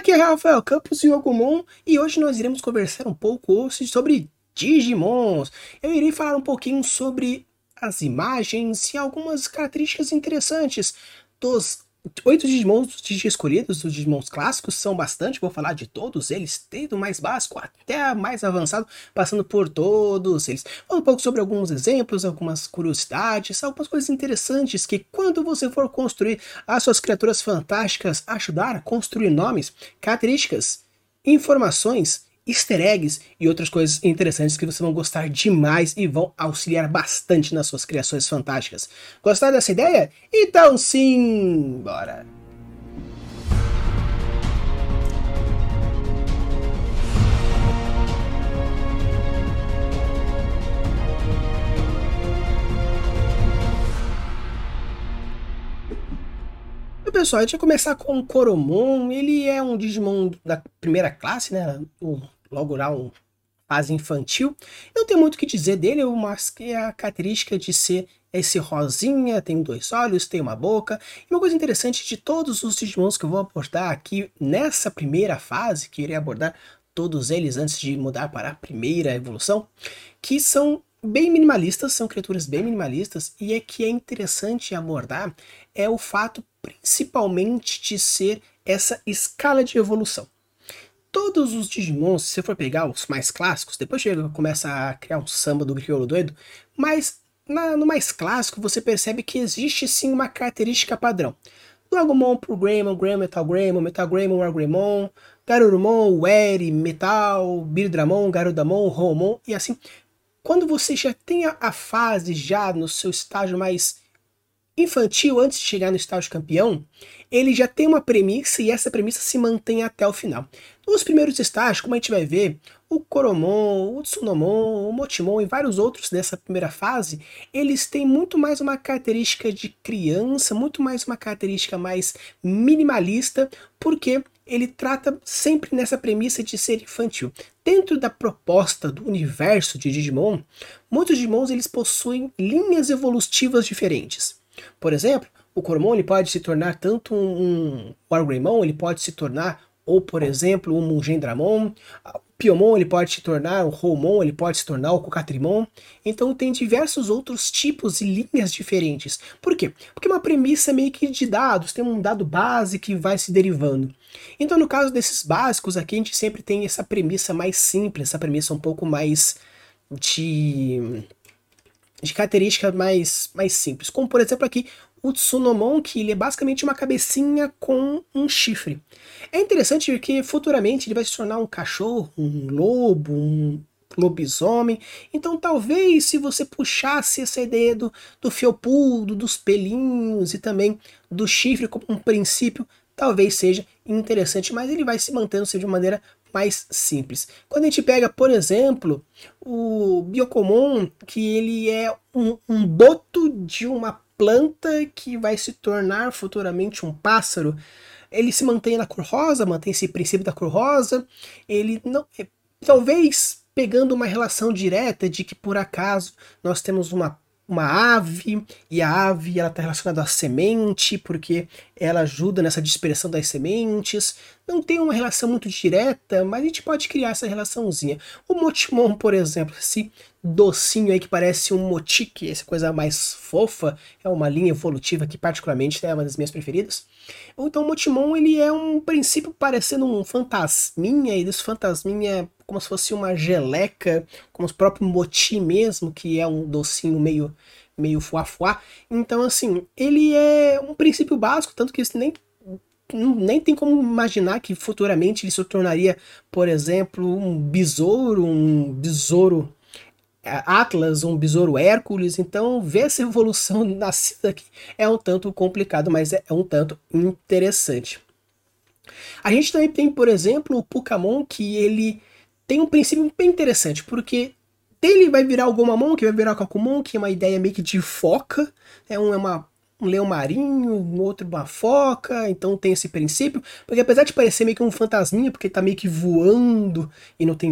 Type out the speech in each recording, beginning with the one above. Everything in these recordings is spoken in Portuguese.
Aqui é Rafael Campos e Ogumon, e hoje nós iremos conversar um pouco hoje sobre Digimons. Eu irei falar um pouquinho sobre as imagens e algumas características interessantes dos 8 Digi escolhidos, os Digimons clássicos, são bastante, vou falar de todos eles, desde o mais básico até o mais avançado, passando por todos eles. Falo um pouco sobre alguns exemplos, algumas curiosidades, algumas coisas interessantes que quando você for construir as suas criaturas fantásticas, ajudar a construir nomes, características, informações, easter eggs e outras coisas interessantes que vocês vão gostar demais e vão auxiliar bastante nas suas criações fantásticas. Gostaram dessa ideia? Então sim, bora! Pessoal, a gente vai começar com o Coromon. Ele é um Digimon da primeira classe, né? Logo lá, fase infantil. Eu não tenho muito o que dizer dele, mas que é a característica de ser esse rosinha, tem 2 olhos, tem uma boca. E uma coisa interessante de todos os Digimons que eu vou abordar aqui nessa primeira fase, que eu irei abordar todos eles antes de mudar para a primeira evolução, que são bem minimalistas, são criaturas bem minimalistas, e é que é interessante abordar é o fato principalmente de ser essa escala de evolução. Todos os Digimons, se você for pegar os mais clássicos, depois começa a criar um samba do Crioulo doido, mas no mais clássico você percebe que existe sim uma característica padrão. Do Agumon pro Greymon, Metal Greymon, Metal Greymon, Wargreymon, Garurumon, Wary, Metal, Birdramon, Garudamon, Romon e assim. Quando você já tem a fase já no seu estágio mais infantil, antes de chegar no estágio campeão, ele já tem uma premissa e essa premissa se mantém até o final. Nos primeiros estágios, como a gente vai ver, o Coromon, o Tsunomon, o Motimon e vários outros dessa primeira fase, eles têm muito mais uma característica de criança, muito mais uma característica mais minimalista, porque ele trata sempre nessa premissa de ser infantil. Dentro da proposta do universo de Digimon, muitos Digimons eles possuem linhas evolutivas diferentes. Por exemplo, o Coromon ele pode se tornar tanto um Wargreymon, ele pode se tornar, ou por exemplo, um Mugendramon. O Piomon ele pode se tornar um Romon, ele pode se tornar o Cocatrimon. Então tem diversos outros tipos e linhas diferentes. Por quê? Porque é uma premissa meio que de dados, tem um dado base que vai se derivando. Então no caso desses básicos aqui, a gente sempre tem essa premissa mais simples, essa premissa um pouco mais de característica mais simples. Como por exemplo aqui, o Tsunomon, que ele é basicamente uma cabecinha com um chifre. É interessante porque futuramente ele vai se tornar um cachorro, um lobo, um lobisomem. Então talvez se você puxasse essa ideia do felpudo, dos pelinhos e também do chifre como um princípio, talvez seja interessante, mas ele vai se mantendo de maneira mais simples. Quando a gente pega, por exemplo, o Byakomon, que ele é um boto de uma planta que vai se tornar futuramente um pássaro, ele se mantém na cor rosa, mantém esse princípio da cor rosa, ele não... Talvez pegando uma relação direta de que por acaso nós temos uma ave, e a ave ela está relacionada à semente, porque ela ajuda nessa dispersão das sementes. Não tem uma relação muito direta, mas a gente pode criar essa relaçãozinha. O Motimon, por exemplo, esse docinho aí que parece um motique, essa coisa mais fofa, é uma linha evolutiva que particularmente é uma das minhas preferidas. Então o Motimon ele é um princípio parecendo um fantasminha, e desse fantasminha como se fosse uma geleca, como o próprio Moti mesmo, que é um docinho meio fuá-fuá. Então, assim, ele é um princípio básico, tanto que isso nem tem como imaginar que futuramente ele se tornaria, por exemplo, um besouro Atlas, um besouro Hércules. Então, ver essa evolução nascida aqui é um tanto complicado, mas é um tanto interessante. A gente também tem, por exemplo, o Pukamon, que ele tem um princípio bem interessante, porque dele vai virar o Gomamon, que vai virar o Kakumon, que é uma ideia meio que de foca, um leão marinho, um outro uma foca, então tem esse princípio, porque apesar de parecer meio que um fantasminha, porque tá meio que voando e não tem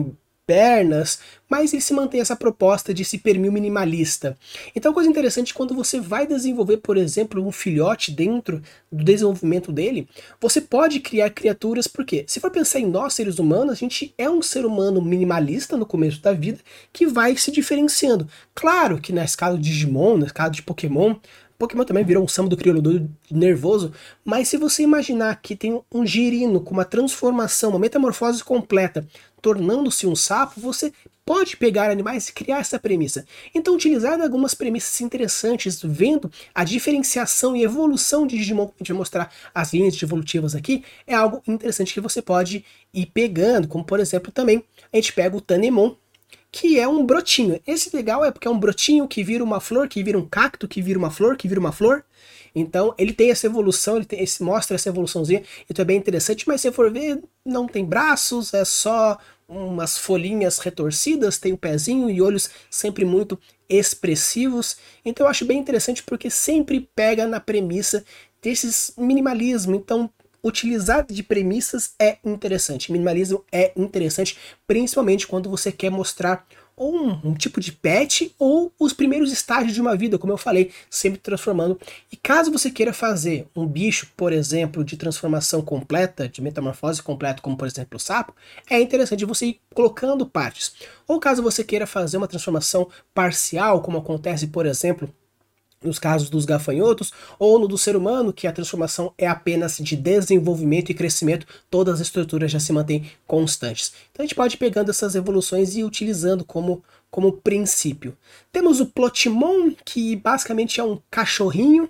pernas, mas ele se mantém essa proposta de se permir minimalista. Então, coisa interessante, quando você vai desenvolver, por exemplo, um filhote dentro do desenvolvimento dele, você pode criar criaturas, porque se for pensar em nós, seres humanos, a gente é um ser humano minimalista no começo da vida, que vai se diferenciando. Claro que na escala de Digimon, na escala de Pokémon, Pokémon também virou um samba do crioulo doido nervoso, mas se você imaginar que tem um girino com uma transformação, uma metamorfose completa, tornando-se um sapo, você pode pegar animais e criar essa premissa. Então, utilizar algumas premissas interessantes, vendo a diferenciação e evolução de Digimon, que a gente vai mostrar as linhas evolutivas aqui, é algo interessante que você pode ir pegando, como por exemplo também, a gente pega o Tanemon, que é um brotinho. Esse legal é porque é um brotinho que vira uma flor, que vira um cacto, que vira uma flor, que vira uma flor. Então ele tem essa evolução, mostra essa evoluçãozinha, então é bem interessante, mas se for ver, não tem braços, é só umas folhinhas retorcidas, tem um pezinho e olhos sempre muito expressivos. Então eu acho bem interessante porque sempre pega na premissa desses minimalismo. Então utilizar de premissas é interessante. Minimalismo é interessante, principalmente quando você quer mostrar ou um tipo de pet ou os primeiros estágios de uma vida, como eu falei, sempre transformando. E caso você queira fazer um bicho, por exemplo, de transformação completa, de metamorfose completa, como por exemplo o sapo, é interessante você ir colocando partes. Ou caso você queira fazer uma transformação parcial, como acontece, por exemplo, nos casos dos gafanhotos, ou no do ser humano, que a transformação é apenas de desenvolvimento e crescimento, todas as estruturas já se mantêm constantes. Então a gente pode ir pegando essas evoluções e utilizando como princípio. Temos o Plotimon, que basicamente é um cachorrinho,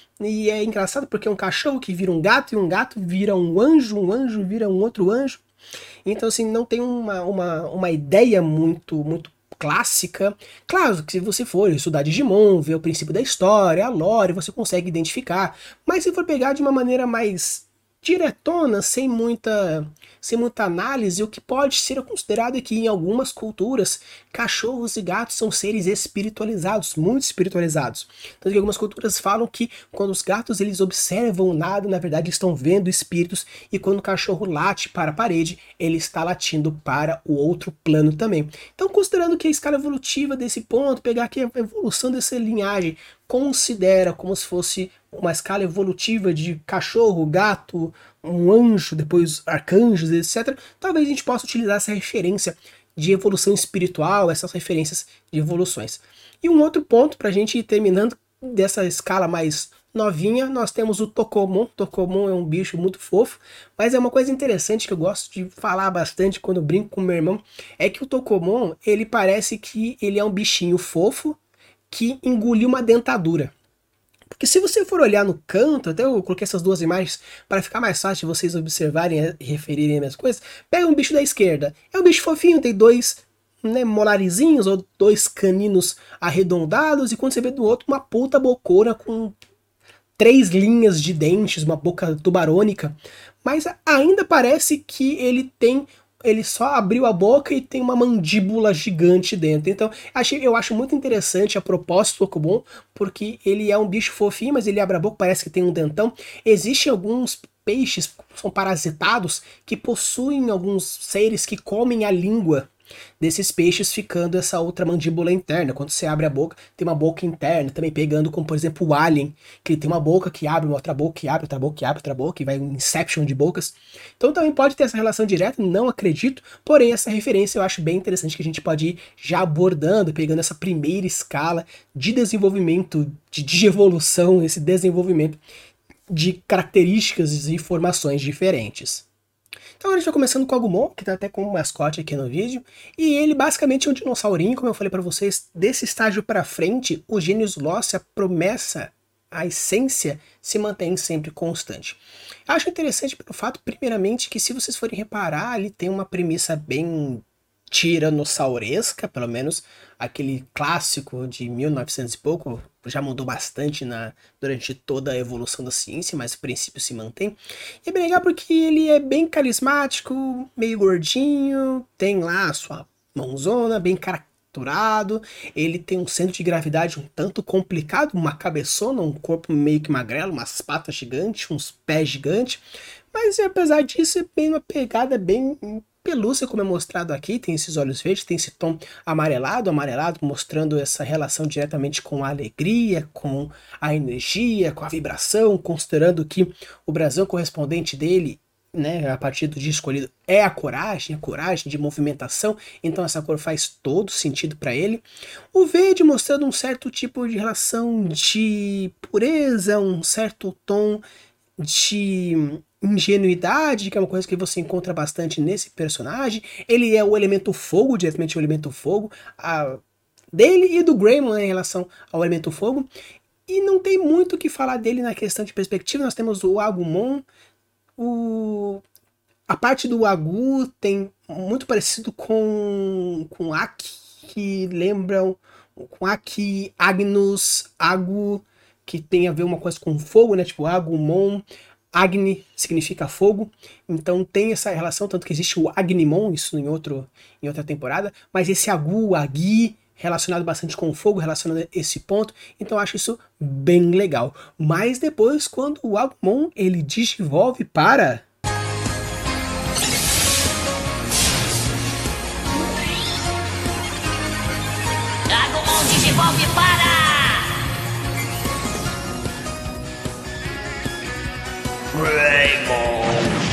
e é engraçado porque é um cachorro que vira um gato, e um gato vira um anjo vira um outro anjo. Então, assim, não tem uma ideia muito clássica. Claro que se você for estudar Digimon, ver o princípio da história, a lore, você consegue identificar. Mas se for pegar de uma maneira mais diretona, sem muita análise, o que pode ser considerado é que em algumas culturas, cachorros e gatos são seres espiritualizados, muito espiritualizados. Tanto que algumas culturas falam que quando os gatos eles observam nada, na verdade estão vendo espíritos, e quando o cachorro late para a parede, ele está latindo para o outro plano também. Então, considerando que a escala evolutiva desse ponto, pegar aqui a evolução dessa linhagem, considera como se fosse uma escala evolutiva de cachorro, gato, um anjo, depois arcanjos, etc. Talvez a gente possa utilizar essa referência de evolução espiritual, essas referências de evoluções. E um outro ponto, para a gente ir terminando dessa escala mais novinha, nós temos o Tokomon. Tokomon é um bicho muito fofo, mas é uma coisa interessante que eu gosto de falar bastante quando eu brinco com meu irmão, é que o Tokomon, ele parece que ele é um bichinho fofo, que engoliu uma dentadura. Porque se você for olhar no canto, até eu coloquei essas duas imagens para ficar mais fácil de vocês observarem e referirem as minhas coisas, pega um bicho da esquerda. É um bicho fofinho, tem dois molarizinhos ou dois caninos arredondados, e quando você vê do outro, uma puta bocona com 3 linhas de dentes, uma boca tubarônica. Mas ainda parece que ele só abriu a boca e tem uma mandíbula gigante dentro. Então, eu acho muito interessante a proposta do Tokomon, porque ele é um bicho fofinho, mas ele abre a boca, parece que tem um dentão. Existem alguns peixes que são parasitados que possuem alguns seres que comem a língua desses peixes, ficando essa outra mandíbula interna. Quando você abre a boca, tem uma boca interna, também pegando como, por exemplo, o Alien, que ele tem uma boca que abre, uma outra boca que abre, outra boca que abre, outra boca, e vai um Inception de bocas. Então também pode ter essa relação direta, não acredito, porém essa referência eu acho bem interessante, que a gente pode ir já abordando, pegando essa primeira escala de desenvolvimento, de digievolução, esse desenvolvimento de características e formações diferentes. Então a gente vai começando com o Agumon, que tá até como mascote aqui no vídeo, e ele basicamente é um dinossaurinho, como eu falei para vocês. Desse estágio para frente, o Genius Loci, a promessa, a essência, se mantém sempre constante. Eu acho interessante pelo fato, primeiramente, que se vocês forem reparar, ele tem uma premissa bem tiranossauresca, pelo menos aquele clássico de 1900 e pouco, já mudou bastante durante toda a evolução da ciência, mas o princípio se mantém. E é bem legal porque ele é bem carismático, meio gordinho, tem lá a sua mãozona, bem caracterado, ele tem um centro de gravidade um tanto complicado, uma cabeçona, um corpo meio que magrelo, umas patas gigantes, uns pés gigantes, mas apesar disso é bem uma pegada bem pelúcia, como é mostrado aqui, tem esses olhos verdes, tem esse tom amarelado, mostrando essa relação diretamente com a alegria, com a energia, com a vibração, considerando que o brasão correspondente dele, né, a partir do dia escolhido, é a coragem de movimentação, então essa cor faz todo sentido para ele. O verde mostrando um certo tipo de relação de pureza, um certo tom de ingenuidade, que é uma coisa que você encontra bastante nesse personagem. Ele é o elemento fogo, diretamente o elemento fogo, dele e do Greymon, né, em relação ao elemento fogo. E não tem muito o que falar dele na questão de perspectiva. Nós temos o Agumon, a parte do Agu tem muito parecido com Aki, que lembram com Aki, Agnus, Agu, que tem a ver uma coisa com fogo, né? Tipo Agumon, Agni significa fogo, então tem essa relação, tanto que existe o Agnimon, isso em outra temporada, mas esse Agu, Agi, relacionado bastante com o fogo, relacionado a esse ponto, então eu acho isso bem legal. Mas depois, quando o Agumon ele digivolve para... Agumon digivolve para... Greymon.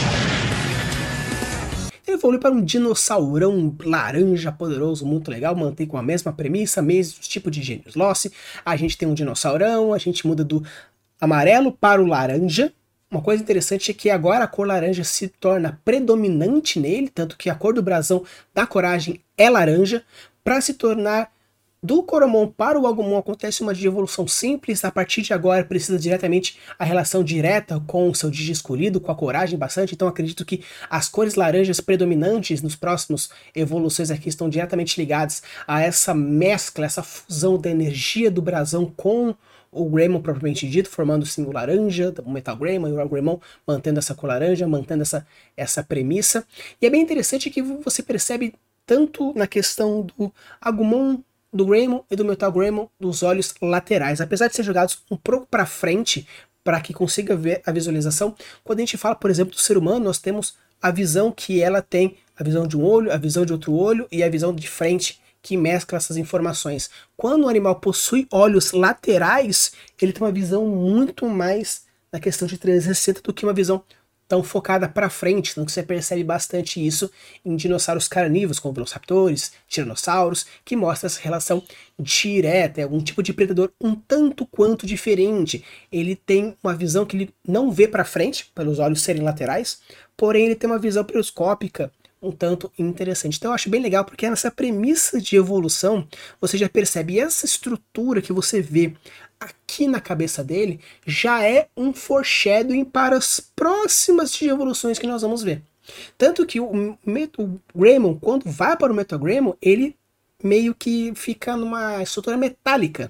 Ele evolui para um dinossaurão laranja poderoso, muito legal, mantém com a mesma premissa, mesmo tipo de Genius Lost. A gente tem um dinossaurão, a gente muda do amarelo para o laranja. Uma coisa interessante é que agora a cor laranja se torna predominante nele, tanto que a cor do brasão da coragem é laranja, para se tornar do Coromon para o Agumon acontece uma evolução simples, a partir de agora precisa diretamente a relação direta com o seu Digi escolhido, com a coragem bastante, então acredito que as cores laranjas predominantes nos próximos evoluções aqui estão diretamente ligadas a essa mescla, essa fusão da energia do brasão com o Greymon propriamente dito, formando sim o laranja, o Metal Greymon e o Greymon mantendo essa cor laranja, mantendo essa premissa. E é bem interessante que você percebe tanto na questão do Agumon, do Greymon e do Metal Greymon dos olhos laterais, apesar de ser jogados um pouco para frente para que consiga ver a visualização. Quando a gente fala, por exemplo, do ser humano, nós temos a visão que ela tem, a visão de um olho, a visão de outro olho e a visão de frente que mescla essas informações. Quando o animal possui olhos laterais, ele tem uma visão muito mais na questão de 360 do que uma visão tão focada para frente, então você percebe bastante isso em dinossauros carnívoros, como velociraptores, tiranossauros, que mostra essa relação direta, é algum tipo de predador um tanto quanto diferente. Ele tem uma visão que ele não vê para frente, pelos olhos serem laterais, porém ele tem uma visão periscópica um tanto interessante. Então eu acho bem legal, porque nessa premissa de evolução, você já percebe essa estrutura que você vê aqui na cabeça dele, já é um foreshadowing para as próximas evoluções que nós vamos ver. Tanto que o Greymon, quando vai para o Metal Greymon, ele meio que fica numa estrutura metálica.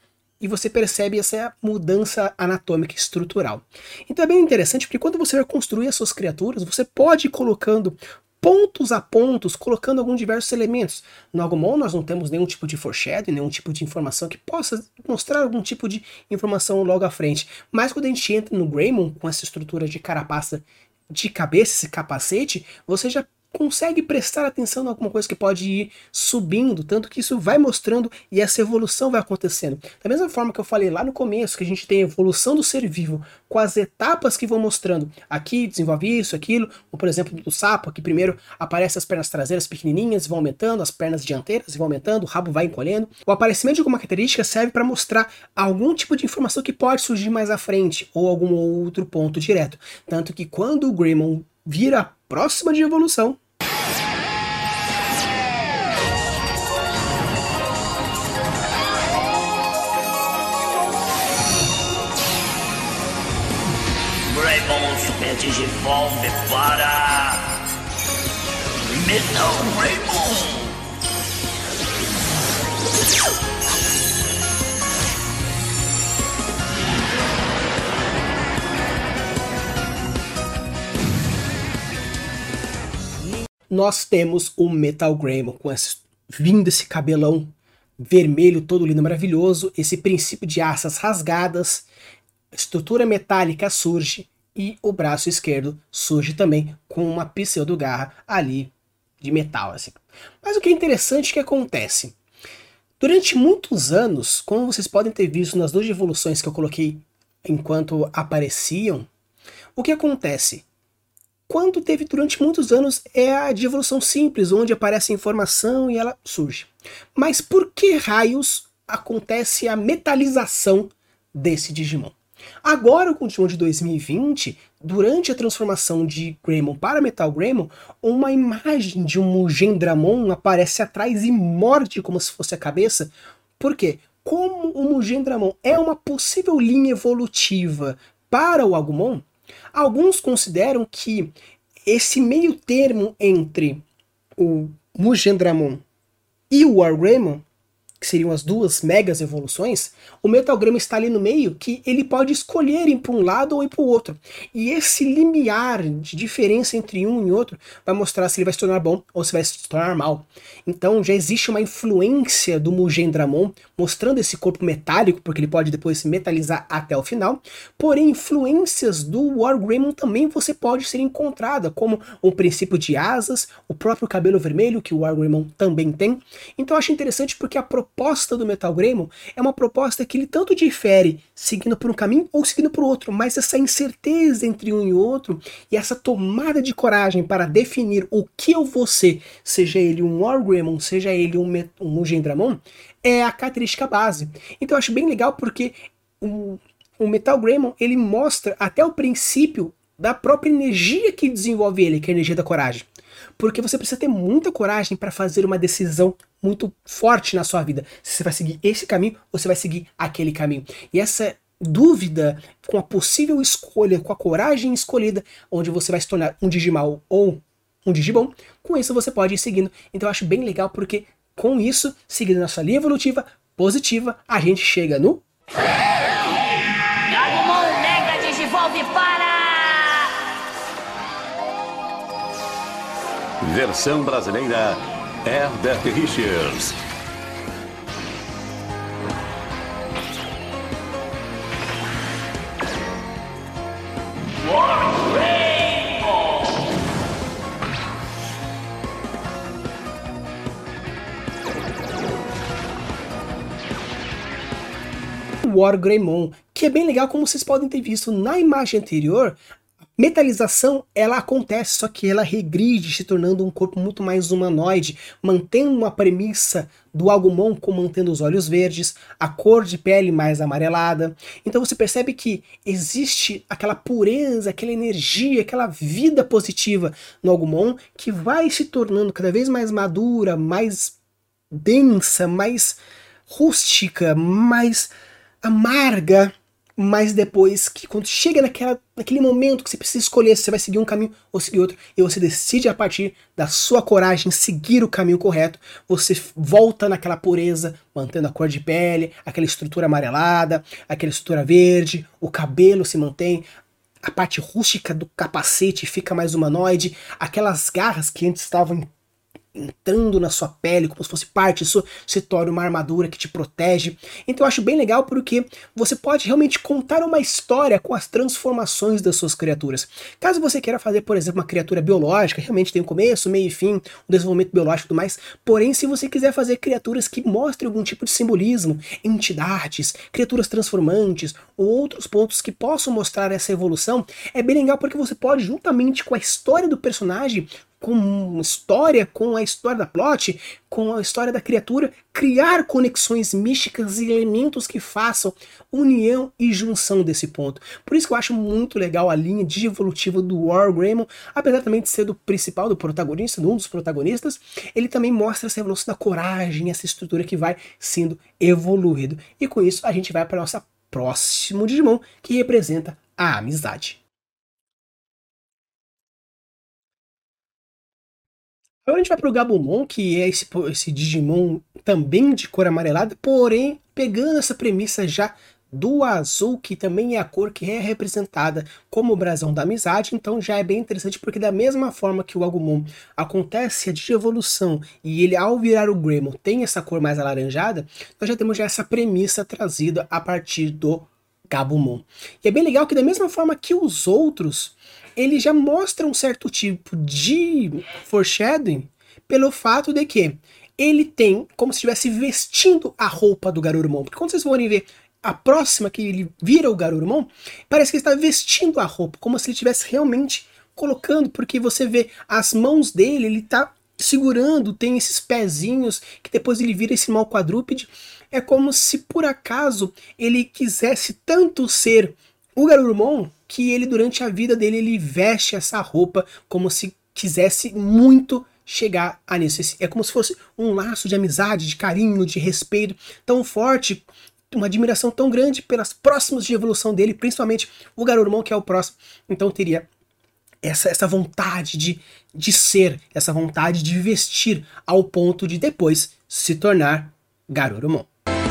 E você percebe essa mudança anatômica estrutural. Então é bem interessante, porque quando você vai construir as suas criaturas, você pode ir colocando pontos a pontos, colocando alguns diversos elementos. No Agumon nós não temos nenhum tipo de foreshadowing, nenhum tipo de informação que possa mostrar algum tipo de informação logo à frente. Mas quando a gente entra no Greymon, com essa estrutura de carapaça de cabeça, esse capacete, você já consegue prestar atenção em alguma coisa que pode ir subindo, tanto que isso vai mostrando e essa evolução vai acontecendo. Da mesma forma que eu falei lá no começo, que a gente tem a evolução do ser vivo, com as etapas que vão mostrando. Aqui desenvolve isso, aquilo, ou por exemplo do sapo, aqui primeiro aparecem as pernas traseiras pequenininhas, vão aumentando, as pernas dianteiras vão aumentando, o rabo vai encolhendo. O aparecimento de alguma característica serve para mostrar algum tipo de informação que pode surgir mais à frente, ou algum outro ponto direto. Tanto que quando o Greymon vira a próxima de evolução, Greymon Super Digivolve para Metal Greymon. nós temos o Metal Greymon com vindo esse cabelão vermelho todo lindo, maravilhoso, esse princípio de asas rasgadas, estrutura metálica surge e o braço esquerdo surge também com uma pseudo-garra ali de metal, assim. Mas o que é interessante é o que acontece. Durante muitos anos, como vocês podem ter visto nas duas evoluções que eu coloquei enquanto apareciam, o que acontece? Quando teve durante muitos anos é a de evolução simples, onde aparece a informação e ela surge. Mas por que raios acontece a metalização desse Digimon? Agora, com o Digimon de 2020, durante a transformação de Greymon para Metal Greymon, uma imagem de um Mugendramon aparece atrás e morde como se fosse a cabeça. Por quê? Como o Mugendramon é uma possível linha evolutiva para o Agumon, alguns consideram que esse meio termo entre o Mugendramon e o Wargreymon, que seriam as duas megas evoluções, o Metal Greymon está ali no meio que ele pode escolher ir para um lado ou ir para o outro. E esse limiar de diferença entre um e outro vai mostrar se ele vai se tornar bom ou se vai se tornar mal. Então já existe uma influência do Mugendramon mostrando esse corpo metálico, porque ele pode depois se metalizar até o final. Porém, influências do Wargreymon também você pode ser encontrada, como o princípio de asas, o próprio cabelo vermelho que o Wargreymon também tem. Então eu acho interessante porque a proposta do Metal Greymon é uma proposta que ele tanto difere seguindo por um caminho ou seguindo por outro, mas essa incerteza entre um e outro e essa tomada de coragem para definir o que eu vou ser, seja ele um Wargreymon, seja ele um Mugendramon, é a característica base. Então eu acho bem legal porque o Metal Greymon ele mostra até o princípio da própria energia que desenvolve ele, que é a energia da coragem. Porque você precisa ter muita coragem para fazer uma decisão muito forte na sua vida. Se você vai seguir esse caminho ou se vai seguir aquele caminho. E essa dúvida com a possível escolha, com a coragem escolhida, onde você vai se tornar um Digimal ou um Digibom, com isso você pode ir seguindo. Então eu acho bem legal porque com isso, seguindo na sua linha evolutiva positiva, a gente chega no... Agumon Mega Digivolve para... Versão brasileira, Herbert Richards. Wargreymon, que é bem legal, como vocês podem ter visto na imagem anterior. Metalização, ela acontece, só que ela regride, se tornando um corpo muito mais humanoide, mantendo uma premissa do Agumon, como mantendo os olhos verdes, a cor de pele mais amarelada. Então você percebe que existe aquela pureza, aquela energia, aquela vida positiva no Agumon, que vai se tornando cada vez mais madura, mais densa, mais rústica, mais amarga. Mas depois, que quando chega naquele momento que você precisa escolher se você vai seguir um caminho ou seguir outro, e você decide a partir da sua coragem seguir o caminho correto, você volta naquela pureza, mantendo a cor de pele, aquela estrutura amarelada, aquela estrutura verde, o cabelo se mantém, a parte rústica do capacete fica mais humanoide, aquelas garras que antes estavam entrando na sua pele, como se fosse parte disso, se torna uma armadura que te protege. Então eu acho bem legal porque você pode realmente contar uma história com as transformações das suas criaturas. Caso você queira fazer, por exemplo, uma criatura biológica, realmente tem um começo, meio e fim, um desenvolvimento biológico e tudo mais, porém se você quiser fazer criaturas que mostrem algum tipo de simbolismo, entidades, criaturas transformantes, ou outros pontos que possam mostrar essa evolução, é bem legal porque você pode, juntamente com a história do personagem, com a história da plot, com a história da criatura, criar conexões místicas e elementos que façam união e junção desse ponto. Por isso que eu acho muito legal a linha digievolutiva do Wargreymon, apesar também de ser do principal, do protagonista, de um dos protagonistas, ele também mostra essa evolução da coragem, essa estrutura que vai sendo evoluído. E com isso a gente vai para o nosso próximo Digimon, que representa a amizade. Agora a gente vai pro Gabumon, que é esse Digimon também de cor amarelada, porém pegando essa premissa já do azul, que também é a cor que é representada como o brasão da amizade, então já é bem interessante, porque da mesma forma que o Agumon acontece a digievolução e ele ao virar o Greymon tem essa cor mais alaranjada, nós já temos já essa premissa trazida a partir do Gabumon. E é bem legal que da mesma forma que os outros, ele já mostra um certo tipo de foreshadowing, pelo fato de que ele tem como se estivesse vestindo a roupa do Garurumon. Porque quando vocês forem ver a próxima que ele vira o Garurumon, parece que ele está vestindo a roupa, como se ele estivesse realmente colocando, porque você vê as mãos dele, ele está segurando, tem esses pezinhos, que depois ele vira esse mal quadrúpede. É como se por acaso ele quisesse tanto ser o Garurumon, que ele durante a vida dele ele veste essa roupa como se quisesse muito chegar a nisso. É como se fosse um laço de amizade, de carinho, de respeito tão forte, uma admiração tão grande pelas próximas de evolução dele, principalmente o Garurumon, que é o próximo. Então teria essa vontade de ser, essa vontade de vestir, ao ponto de depois se tornar Garurumon.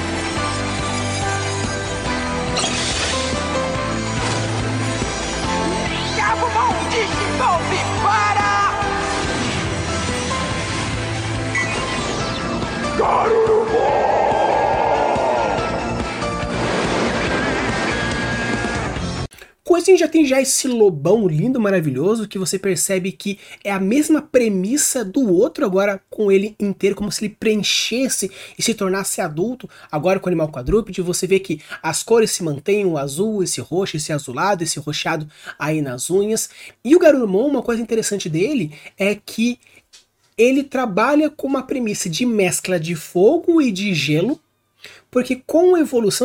Com isso a gente já tem esse lobão lindo, maravilhoso, que você percebe que é a mesma premissa do outro, agora com ele inteiro, como se ele preenchesse e se tornasse adulto, agora com o animal quadrúpede. Você vê que as cores se mantêm, o azul, esse roxo, esse azulado, esse roxeado aí nas unhas. E o Garurumon, uma coisa interessante dele é que ele trabalha com uma premissa de mescla de fogo e de gelo, porque com a evolução,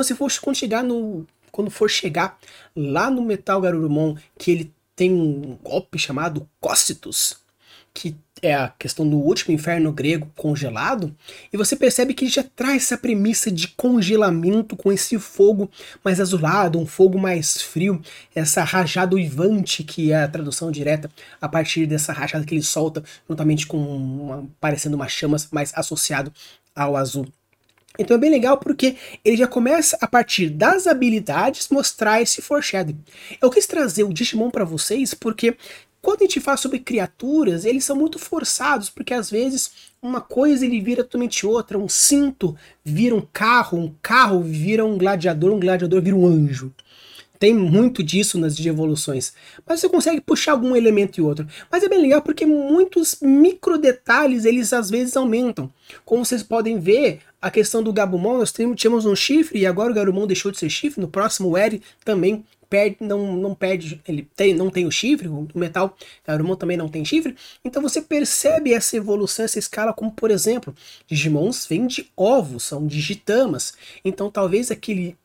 quando for chegar lá no Metal Garurumon, que ele tem um golpe chamado Cocytus, que é a questão do último inferno grego congelado, e você percebe que ele já traz essa premissa de congelamento com esse fogo mais azulado, um fogo mais frio, essa rajada uivante, que é a tradução direta a partir dessa rajada que ele solta, juntamente com parecendo uma chamas mais associado ao azul. Então é bem legal porque ele já começa a partir das habilidades mostrar esse foreshadowing. Eu quis trazer o Digimon para vocês porque quando a gente fala sobre criaturas, eles são muito forçados, porque às vezes uma coisa ele vira totalmente outra, um cinto vira um carro vira um gladiador vira um anjo. Tem muito disso nas evoluções, mas você consegue puxar algum elemento e outro. Mas é bem legal porque muitos micro detalhes eles às vezes aumentam. Como vocês podem ver, a questão do Gabumon, nós tínhamos um chifre e agora o Garurumon deixou de ser chifre. No próximo o Eri também não perde, não tem o chifre, o Metal Garurumon também não tem chifre. Então você percebe essa evolução, essa escala, como por exemplo, Digimons vêm de ovos, são digitamas. Então talvez aquele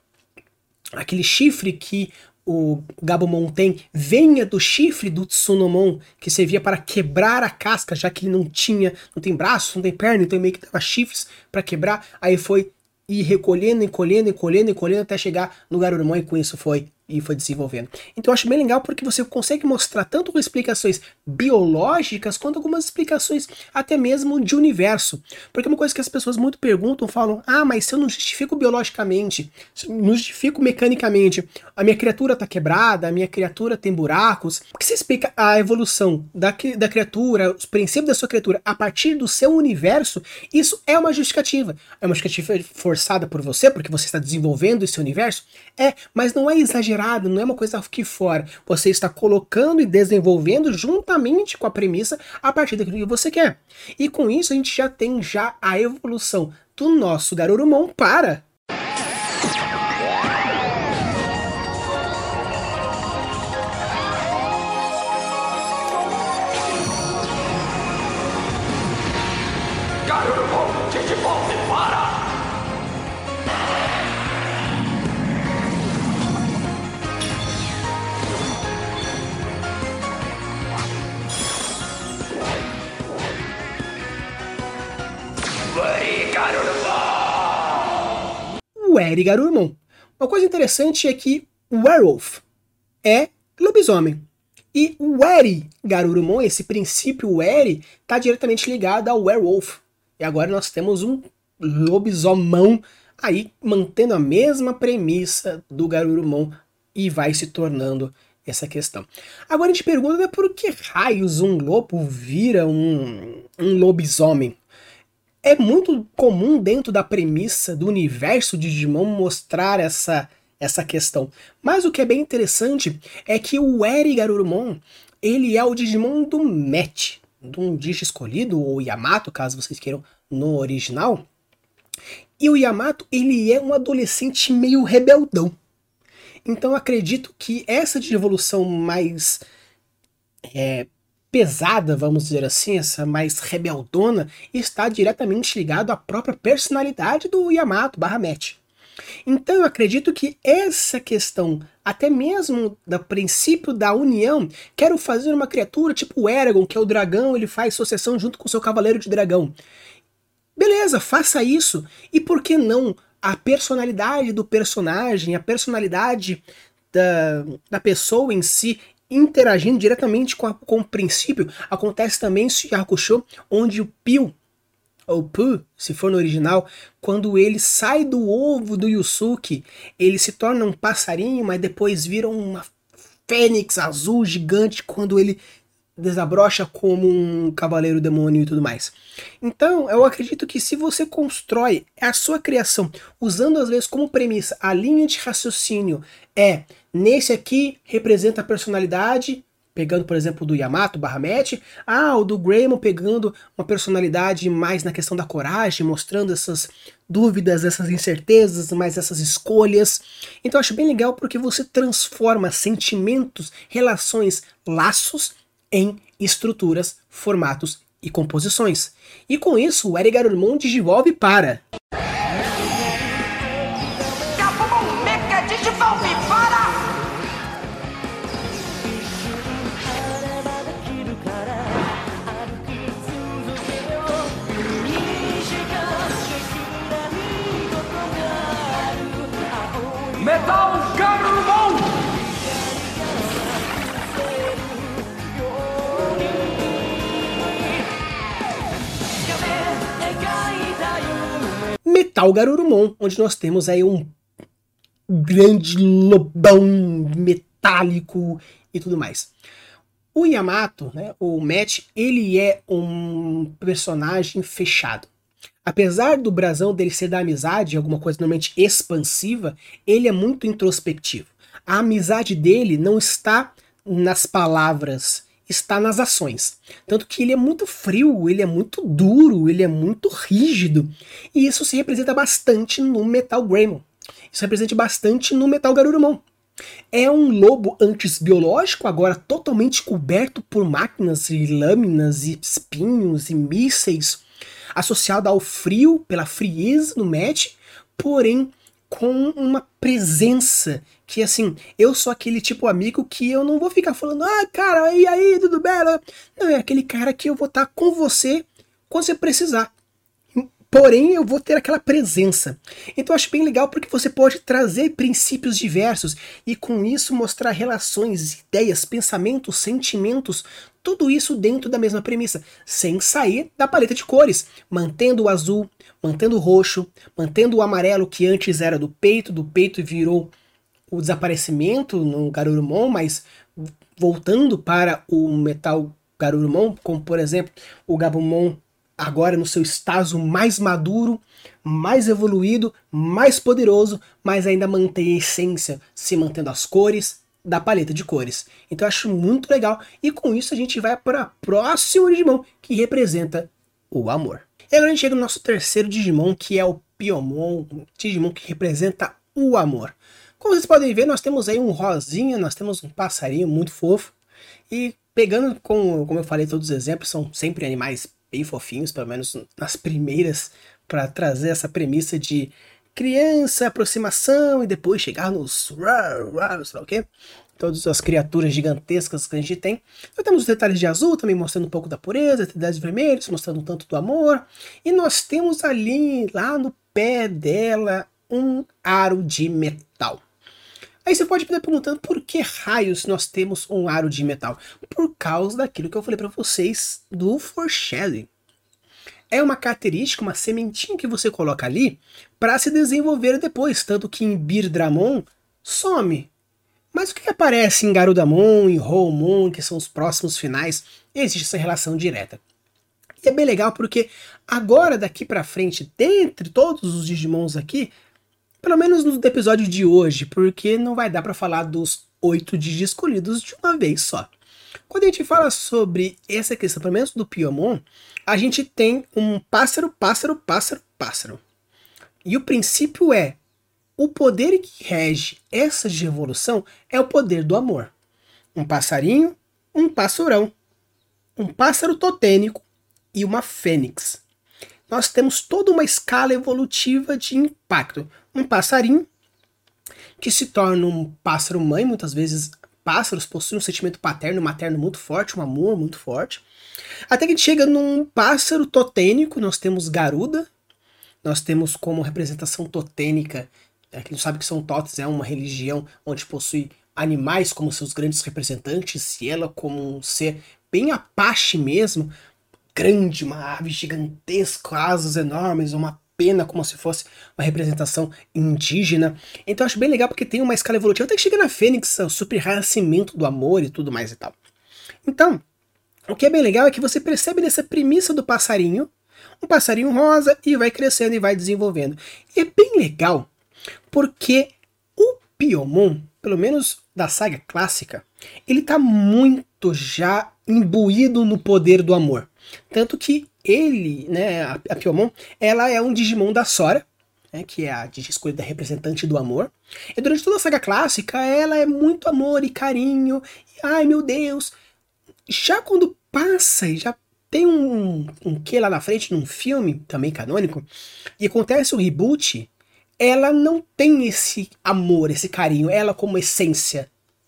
chifre que o Gabumon tem venha do chifre do Tsunomon, que servia para quebrar a casca, já que ele não tem braço, não tem perna, então ele meio que dava chifres para quebrar. Aí foi ir recolhendo, encolhendo até chegar no Garurumon, e com isso foi desenvolvendo. Então eu acho bem legal porque você consegue mostrar tanto com explicações biológicas quanto algumas explicações até mesmo de universo. Porque uma coisa que as pessoas muito perguntam, falam, mas se eu não justifico biologicamente, não justifico mecanicamente, a minha criatura tá quebrada, a minha criatura tem buracos, por que você explica a evolução da criatura, os princípios da sua criatura a partir do seu universo? Isso é uma justificativa. É uma justificativa forçada por você, porque você está desenvolvendo esse universo? Mas não é exagerado, não é uma coisa aqui fora. Você está colocando e desenvolvendo juntamente com a premissa a partir daquilo que você quer. E com isso a gente já tem a evolução do nosso Garurumon para... Garurumon, Digimon, para! O Eri Garurumon. Uma coisa interessante é que o Werewolf é lobisomem. E o Eri Garurumon, esse princípio Eri, está diretamente ligado ao Werewolf. E agora nós temos um lobisomão aí mantendo a mesma premissa do Garurumon e vai se tornando essa questão. Agora a gente pergunta por que raios um lobo vira um lobisomem? É muito comum dentro da premissa do universo de Digimon mostrar essa questão. Mas o que é bem interessante é que o Eri Garurumon, ele é o Digimon do match. de um Digi escolhido, ou Yamato, caso vocês queiram, no original. E o Yamato, ele é um adolescente meio rebeldão. Então eu acredito que essa de evolução mais pesada, vamos dizer assim, essa mais rebeldona, está diretamente ligado à própria personalidade do Yamato /Match. Então eu acredito que essa questão, até mesmo do princípio da união, quero fazer uma criatura tipo o Eragon, que é o dragão, ele faz sucessão junto com o seu cavaleiro de dragão. Beleza, faça isso. E por que não a personalidade do personagem, a personalidade da pessoa em si, interagindo diretamente com o princípio? Acontece também em Yu Hakusho, onde o Pio, ou Pu, se for no original, quando ele sai do ovo do Yusuke, ele se torna um passarinho, mas depois vira uma fênix azul gigante quando ele desabrocha como um cavaleiro demônio e tudo mais. Então, eu acredito que se você constrói a sua criação usando às vezes como premissa a linha de raciocínio nesse aqui representa a personalidade, pegando por exemplo do Yamato /Match, o do Greymon pegando uma personalidade mais na questão da coragem, mostrando essas dúvidas, essas incertezas, mais essas escolhas. Então eu acho bem legal porque você transforma sentimentos, relações, laços em estruturas, formatos e composições. E com isso, o Eri Garurumon digivolve para... Gabumon Mega Digivolve para! Metal Garurumon! Metal Garurumon, onde nós temos aí um grande lobão metálico e tudo mais. O Yamato, né, o Match, ele é um personagem fechado. Apesar do brasão dele ser da amizade, alguma coisa normalmente expansiva, ele é muito introspectivo. A amizade dele não está nas palavras, está nas ações. Tanto que ele é muito frio, ele é muito duro, ele é muito rígido. E isso se representa bastante no Metal Greymon. Isso se representa bastante no Metal Garurumon. É um lobo antes biológico, agora totalmente coberto por máquinas e lâminas e espinhos e mísseis, associado ao frio, pela frieza no Match, porém com uma presença que, assim, eu sou aquele tipo amigo que eu não vou ficar falando, cara, e aí, tudo bem? Não, é aquele cara que eu vou estar com você quando você precisar. Porém, eu vou ter aquela presença. Então eu acho bem legal porque você pode trazer princípios diversos e com isso mostrar relações, ideias, pensamentos, sentimentos, tudo isso dentro da mesma premissa, sem sair da paleta de cores, mantendo o azul, mantendo o roxo, mantendo o amarelo que antes era do peito virou o desaparecimento no Garurumon, mas voltando para o Metal Garurumon, como por exemplo o Gabumon agora no seu estágio mais maduro, mais evoluído, mais poderoso, mas ainda mantém a essência, se mantendo as cores da paleta de cores. Então eu acho muito legal, e com isso a gente vai para o próximo Digimon, que representa o amor. E agora a gente chega no nosso terceiro Digimon, que é o Piomon, Digimon que representa o amor. Como vocês podem ver, nós temos aí um rosinha, nós temos um passarinho muito fofo, e pegando, como eu falei, todos os exemplos são sempre animais bem fofinhos, pelo menos nas primeiras, para trazer essa premissa de criança, aproximação e depois chegar nos sei lá o quê? Todas as criaturas gigantescas que a gente tem. Nós temos os detalhes de azul também mostrando um pouco da pureza, detalhes vermelhos mostrando um tanto do amor, e nós temos ali, lá no pé dela, um aro de metal. Aí você pode estar perguntando por que raios nós temos um aro de metal? Por causa daquilo que eu falei para vocês do foreshadowing. É uma característica, uma sementinha que você coloca ali para se desenvolver depois, tanto que em Birdramon some. Mas o que aparece em Garudamon, em Houmon, que são os próximos finais, existe essa relação direta. E é bem legal porque agora daqui para frente, dentre todos os Digimons aqui, pelo menos no episódio de hoje, porque não vai dar para falar dos 8 Digi escolhidos de uma vez só. Quando a gente fala sobre essa questão, pelo menos do Piomon, a gente tem um pássaro, pássaro, pássaro, pássaro. E o princípio é, o poder que rege essa de evolução é o poder do amor. Um passarinho, um passurão, um pássaro totênico e uma fênix. Nós temos toda uma escala evolutiva de impacto. Um passarinho que se torna um pássaro mãe, muitas vezes pássaros possuem um sentimento paterno, materno muito forte, um amor muito forte. Até que a gente chega num pássaro totênico, nós temos Garuda, nós temos como representação totênica, que não sabe que são totes, é uma religião onde possui animais como seus grandes representantes, e ela como um ser bem Apache mesmo, grande, uma ave gigantesca, asas enormes, uma pena como se fosse uma representação indígena. Então eu acho bem legal porque tem uma escala evolutiva, até que chega na Fênix, o super renascimento do amor e tudo mais e tal. Então, o que é bem legal é que você percebe nessa premissa do passarinho, um passarinho rosa, e vai crescendo e vai desenvolvendo. E é bem legal porque o Piomon, pelo menos da saga clássica, ele tá muito já imbuído no poder do amor. Tanto que ele, né, a Piomon, ela é um Digimon da Sora, né, que é a escolhida representante do amor. E durante toda a saga clássica, ela é muito amor e carinho, e ai meu Deus. Já quando passa e já tem um que lá na frente, num filme também canônico, e acontece o reboot, ela não tem esse amor, esse carinho, ela como essência.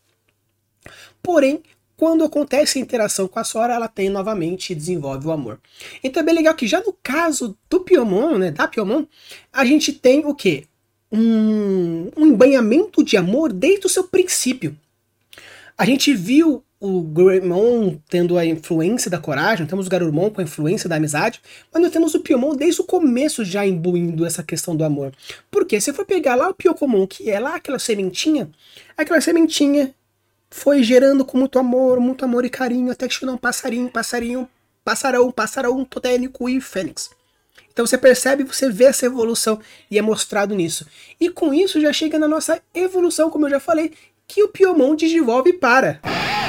Porém, quando acontece a interação com a Sora, ela tem novamente e desenvolve o amor. Então é bem legal que já no caso do Piomon, né, da Piomon, a gente tem o quê? Um embanhamento de amor desde o seu princípio. A gente viu o Greymon tendo a influência da coragem, temos o Garurumon com a influência da amizade, mas nós temos o Piomon desde o começo já imbuindo essa questão do amor. Porque se for pegar lá o Pyokomon, que é lá aquela sementinha foi gerando com muito amor e carinho, até que chegou um passarinho, passarão, totênico e fênix. Então você percebe, você vê essa evolução e é mostrado nisso. E com isso já chega na nossa evolução, como eu já falei, que o Piomon digivolve para...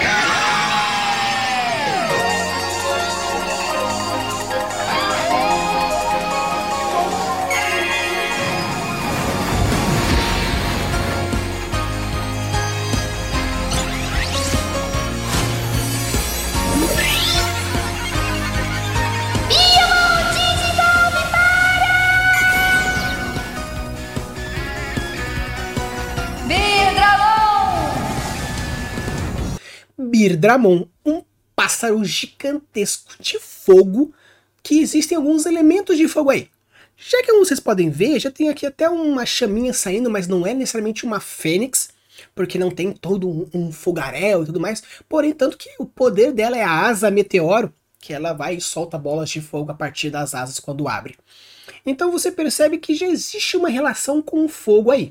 Birdramon, um pássaro gigantesco de fogo, que existem alguns elementos de fogo aí. Já que vocês podem ver, já tem aqui até uma chaminha saindo, mas não é necessariamente uma fênix, porque não tem todo um fogaréu e tudo mais, porém, tanto que o poder dela é a asa meteoro, que ela vai e solta bolas de fogo a partir das asas quando abre. Então você percebe que já existe uma relação com o fogo aí.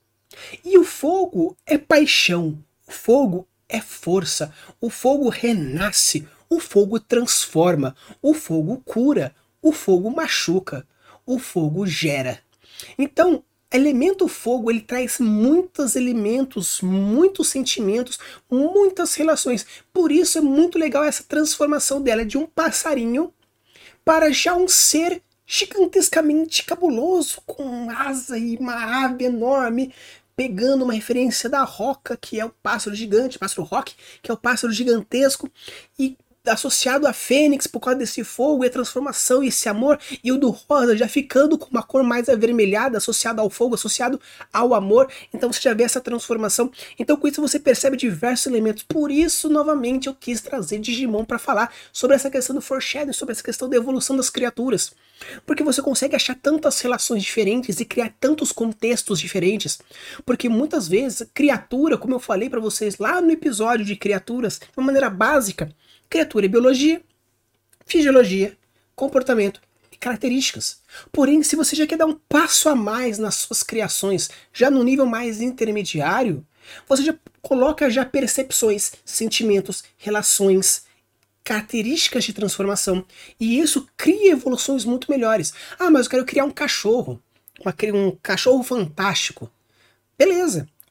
E o fogo é paixão, o fogo é força, o fogo renasce, o fogo transforma, o fogo cura, o fogo machuca, o fogo gera. Então, elemento fogo, ele traz muitos elementos, muitos sentimentos, muitas relações. Por isso é muito legal essa transformação dela de um passarinho para já um ser gigantescamente cabuloso, com asa e uma ave enorme, pegando uma referência da Roca, que é o pássaro gigante, pássaro Rock, que é o pássaro gigantesco, e associado a Fênix por causa desse fogo e a transformação e esse amor, e o do rosa já ficando com uma cor mais avermelhada, associado ao fogo, associado ao amor. Então você já vê essa transformação. Então com isso você percebe diversos elementos. Por isso, novamente, eu quis trazer Digimon para falar sobre essa questão do foreshadowing, sobre essa questão da evolução das criaturas. Porque você consegue achar tantas relações diferentes e criar tantos contextos diferentes. Porque muitas vezes, criatura, como eu falei para vocês lá no episódio de criaturas, de uma maneira básica, criatura é biologia, fisiologia, comportamento e características. Porém, se você já quer dar um passo a mais nas suas criações, já no nível mais intermediário, você já coloca já percepções, sentimentos, relações, características de transformação. E isso cria evoluções muito melhores. Ah, mas eu quero criar um cachorro. Um cachorro fantástico. Beleza.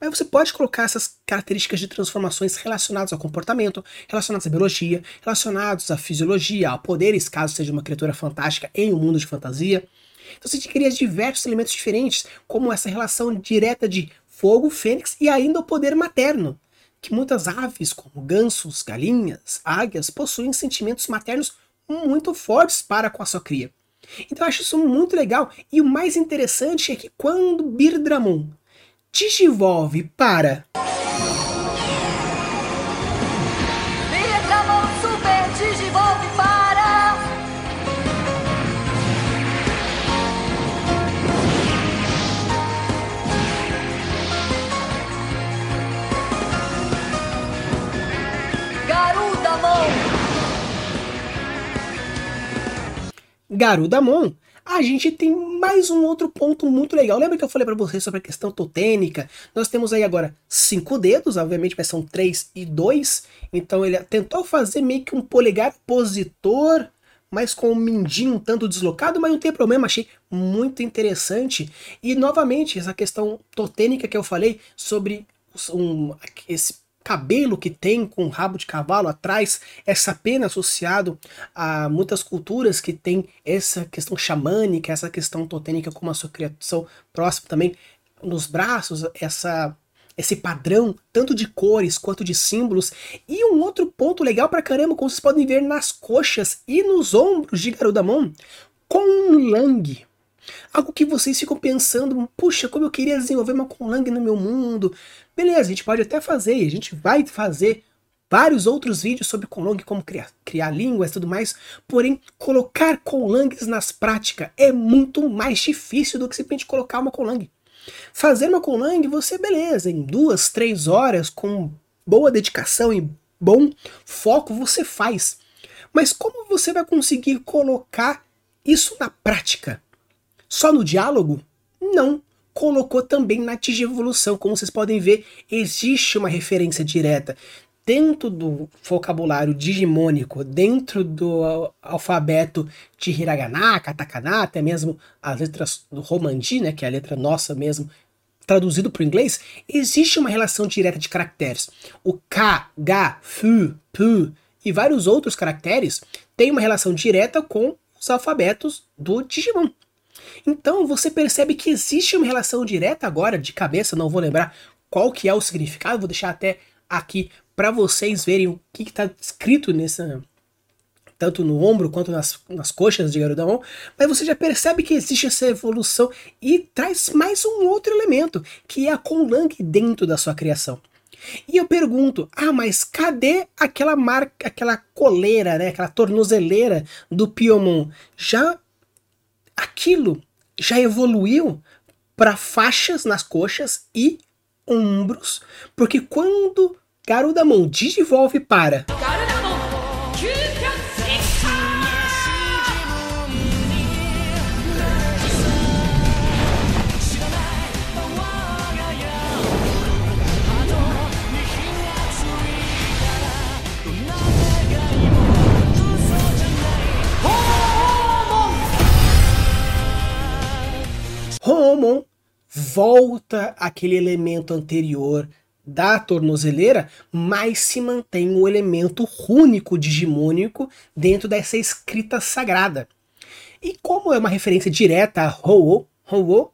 Mas você pode colocar essas características de transformações relacionadas ao comportamento, relacionadas à biologia, relacionados à fisiologia, a poderes, caso seja uma criatura fantástica em um mundo de fantasia. Então você cria diversos elementos diferentes, como essa relação direta de fogo, fênix e ainda o poder materno, que muitas aves, como gansos, galinhas, águias, possuem sentimentos maternos muito fortes para com a sua cria. Então eu acho isso muito legal, e o mais interessante é que quando Birdramon digivolve para Birdramon Super Digivolve para Garudamon, a gente tem mais um outro ponto muito legal. Lembra que eu falei para vocês sobre a questão totêmica? Nós temos aí agora 5 dedos, obviamente mas são 3 e 2, então ele tentou fazer meio que um polegar opositor, mas com o mindinho um tanto deslocado, mas não tem problema, achei muito interessante. E novamente, essa questão totêmica que eu falei sobre esse cabelo que tem com rabo de cavalo atrás, essa pena associado a muitas culturas que tem essa questão xamânica, essa questão totêmica como a sua criação próxima também, nos braços, esse padrão, tanto de cores quanto de símbolos. E um outro ponto legal pra caramba, como vocês podem ver nas coxas e nos ombros de Garudamon, Conlang. Algo que vocês ficam pensando, puxa, como eu queria desenvolver uma Conlang no meu mundo. Beleza, a gente pode até fazer, a gente vai fazer vários outros vídeos sobre Conlang, como criar línguas e tudo mais, porém, colocar Conlangs nas práticas é muito mais difícil do que simplesmente colocar uma Conlang. Fazer uma Conlang, você, beleza, em 2, 3 horas, com boa dedicação e bom foco, você faz. Mas como você vai conseguir colocar isso na prática? Só no diálogo? Não. Colocou também na digievolução. Como vocês podem ver, existe uma referência direta dentro do vocabulário digimônico, dentro do alfabeto de hiragana, katakana, até mesmo as letras do romanji, né, que é a letra nossa mesmo, traduzido para o inglês, existe uma relação direta de caracteres. O K, Ga, Fu, Pu e vários outros caracteres têm uma relação direta com os alfabetos do Digimon. Então você percebe que existe uma relação direta agora, de cabeça, não vou lembrar qual que é o significado, vou deixar até aqui para vocês verem o que está escrito tanto no ombro quanto nas coxas de Garudamon, mas você já percebe que existe essa evolução e traz mais um outro elemento, que é a Conlang dentro da sua criação. E eu pergunto, mas cadê aquela marca, aquela coleira, né, aquela tornozeleira do Piomon? Aquilo já evoluiu para faixas nas coxas e ombros, porque quando Garudamon digivolve para Hoomon, volta aquele elemento anterior da tornozeleira, mas se mantém o elemento rúnico digimônico dentro dessa escrita sagrada. E como é uma referência direta a Ho-Oh, Ho-Oh